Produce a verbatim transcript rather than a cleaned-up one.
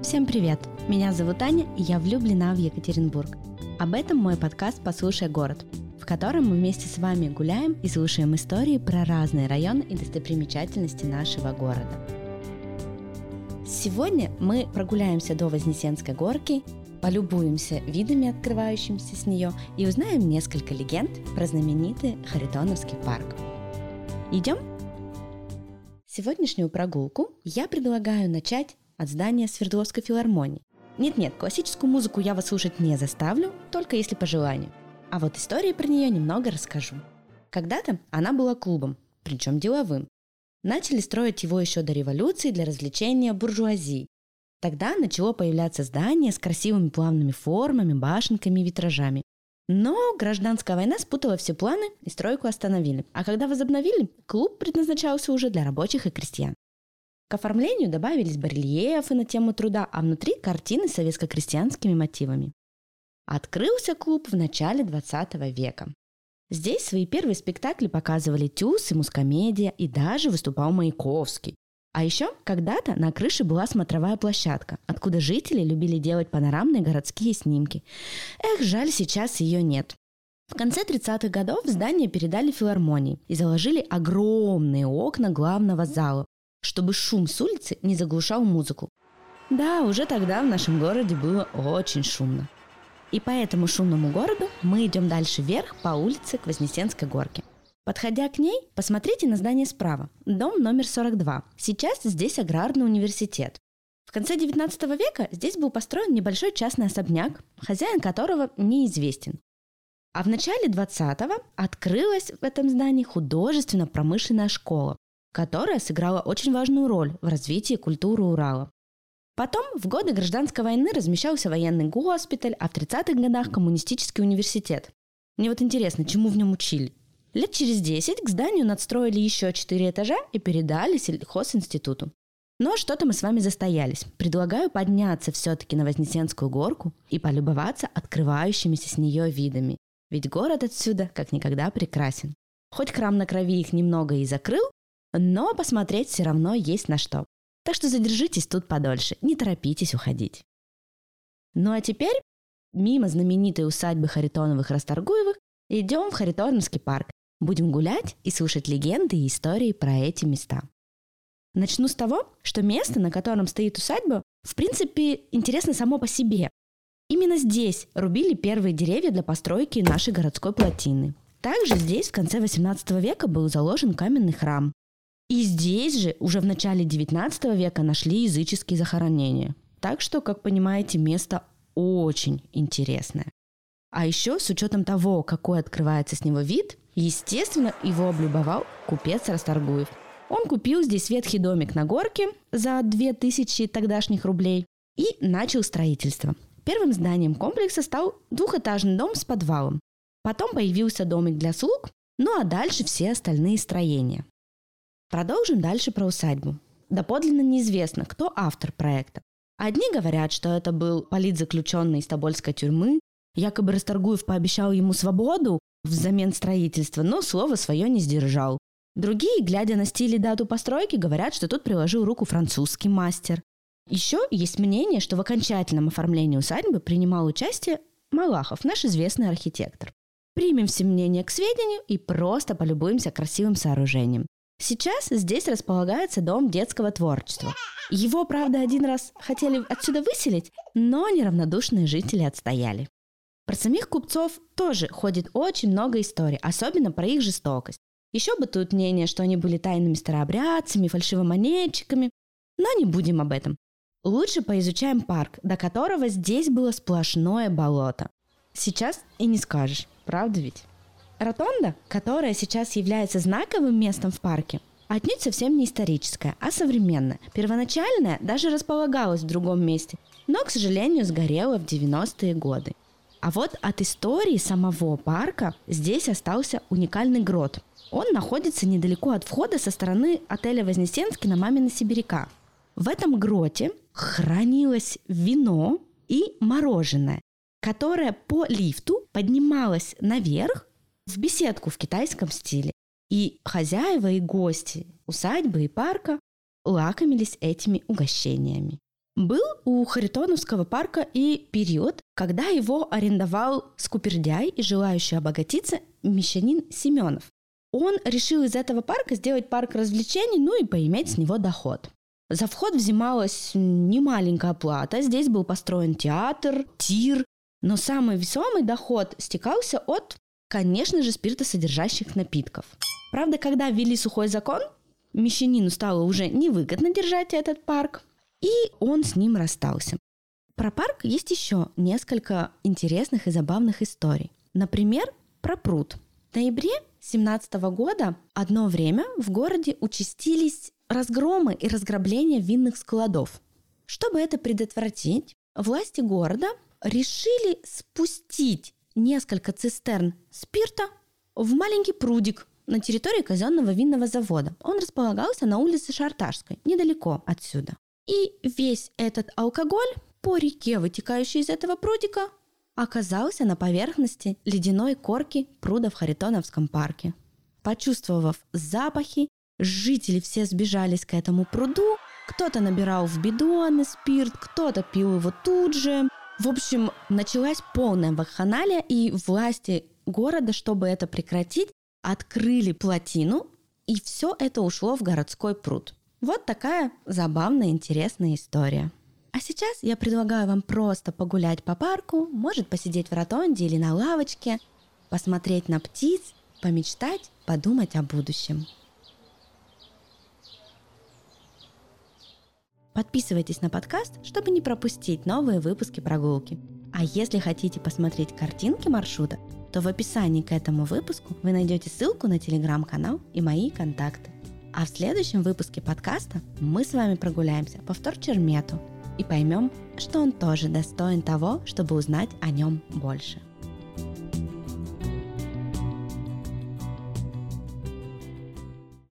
Всем привет! Меня зовут Аня, и я влюблена в Екатеринбург. Об этом мой подкаст «Послушай город», в котором мы вместе с вами гуляем и слушаем истории про разные районы и достопримечательности нашего города. Сегодня мы прогуляемся до Вознесенской горки, полюбуемся видами, открывающимися с нее, и узнаем несколько легенд про знаменитый Харитоновский парк. Идем? Сегодняшнюю прогулку я предлагаю начать от здания Свердловской филармонии. Нет-нет, классическую музыку я вас слушать не заставлю, только если по желанию. А вот истории про нее немного расскажу. Когда-то она была клубом, причем деловым. Начали строить его еще до революции для развлечения буржуазии. Тогда начало появляться здание с красивыми плавными формами, башенками и витражами. Но гражданская война спутала все планы и стройку остановили. А когда возобновили, клуб предназначался уже для рабочих и крестьян. К оформлению добавились барельефы на тему труда, а внутри картины с советско-крестьянскими мотивами. Открылся клуб в начале двадцатого века. Здесь свои первые спектакли показывали Тюз и Мускомедия, и даже выступал Маяковский. А еще когда-то на крыше была смотровая площадка, откуда жители любили делать панорамные городские снимки. Эх, жаль, сейчас ее нет. В конце тридцатых годов здание передали филармонии и заложили огромные окна главного зала, чтобы шум с улицы не заглушал музыку. Да, уже тогда в нашем городе было очень шумно. И по этому шумному городу мы идем дальше вверх по улице к Вознесенской горке. Подходя к ней, посмотрите на здание справа, дом номер сорок два. Сейчас здесь аграрный университет. В конце девятнадцатого века здесь был построен небольшой частный особняк, хозяин которого неизвестен. А в начале двадцатого открылась в этом здании художественно-промышленная школа, которая сыграла очень важную роль в развитии культуры Урала. Потом в годы гражданской войны размещался военный госпиталь, а в тридцатых годах коммунистический университет. Мне вот интересно, чему в нем учили? Лет через десять к зданию надстроили еще четыре этажа и передали сельхозинституту. Но что-то мы с вами застоялись. Предлагаю подняться все-таки на Вознесенскую горку и полюбоваться открывающимися с нее видами. Ведь город отсюда как никогда прекрасен. Хоть храм на Крови их немного и закрыл, но посмотреть все равно есть на что. Так что задержитесь тут подольше, не торопитесь уходить. Ну а теперь, мимо знаменитой усадьбы Харитоновых-Расторгуевых, идем в Харитоновский парк. Будем гулять и слушать легенды и истории про эти места. Начну с того, что место, на котором стоит усадьба, в принципе, интересно само по себе. Именно здесь рубили первые деревья для постройки нашей городской плотины. Также здесь в конце восемнадцатого века был заложен каменный храм. И здесь же уже в начале девятнадцатого века нашли языческие захоронения. Так что, как понимаете, место очень интересное. А еще, с учетом того, какой открывается с него вид, естественно, его облюбовал купец Расторгуев. Он купил здесь ветхий домик на горке за две тысячи тогдашних рублей и начал строительство. Первым зданием комплекса стал двухэтажный дом с подвалом. Потом появился домик для слуг, ну а дальше все остальные строения. Продолжим дальше про усадьбу. Доподлинно неизвестно, кто автор проекта. Одни говорят, что это был политзаключенный из Тобольской тюрьмы, якобы Расторгуев пообещал ему свободу взамен строительства, но слово свое не сдержал. Другие, глядя на стиль и дату постройки, говорят, что тут приложил руку французский мастер. Еще есть мнение, что в окончательном оформлении усадьбы принимал участие Малахов, наш известный архитектор. Примем все мнения к сведению и просто полюбуемся красивым сооружением. Сейчас здесь располагается дом детского творчества. Его, правда, один раз хотели отсюда выселить, но неравнодушные жители отстояли. Про самих купцов тоже ходит очень много историй, особенно про их жестокость. Еще бытует мнение, что они были тайными старообрядцами, фальшивомонетчиками, но не будем об этом. Лучше поизучаем парк, до которого здесь было сплошное болото. Сейчас и не скажешь, правда ведь? Ротонда, которая сейчас является знаковым местом в парке, отнюдь совсем не историческая, а современная. Первоначальная даже располагалась в другом месте, но, к сожалению, сгорела в девяностые годы. А вот от истории самого парка здесь остался уникальный грот. Он находится недалеко от входа со стороны отеля Вознесенский на Мамино Сибиряка. В этом гроте хранилось вино и мороженое, которое по лифту поднималось наверх в беседку в китайском стиле. И хозяева и гости усадьбы и парка лакомились этими угощениями. Был у Харитоновского парка и период, когда его арендовал скупердяй и желающий обогатиться мещанин Семенов. Он решил из этого парка сделать парк развлечений, ну и поиметь с него доход. За вход взималась немаленькая плата, здесь был построен театр, тир, но самый весомый доход стекался от, конечно же, спиртосодержащих напитков. Правда, когда ввели сухой закон, мещанину стало уже невыгодно держать этот парк, и он с ним расстался. Про парк есть еще несколько интересных и забавных историй. Например, про пруд. В ноябре семнадцатого года одно время в городе участились разгромы и разграбления винных складов. Чтобы это предотвратить, власти города решили спустить несколько цистерн спирта в маленький прудик на территории казенного винного завода. Он располагался на улице Шарташской, недалеко отсюда. И весь этот алкоголь по реке, вытекающей из этого прудика, оказался на поверхности ледяной корки пруда в Харитоновском парке. Почувствовав запахи, жители все сбежались к этому пруду. Кто-то набирал в бидоны спирт, кто-то пил его тут же. В общем, началась полная вакханалия, и власти города, чтобы это прекратить, открыли плотину, и все это ушло в городской пруд. Вот такая забавная, интересная история. А сейчас я предлагаю вам просто погулять по парку, может посидеть в ротонде или на лавочке, посмотреть на птиц, помечтать, подумать о будущем. Подписывайтесь на подкаст, чтобы не пропустить новые выпуски прогулки. А если хотите посмотреть картинки маршрута, то в описании к этому выпуску вы найдете ссылку на телеграм-канал и мои контакты. А в следующем выпуске подкаста мы с вами прогуляемся по Вторчермету и поймем, что он тоже достоин того, чтобы узнать о нем больше.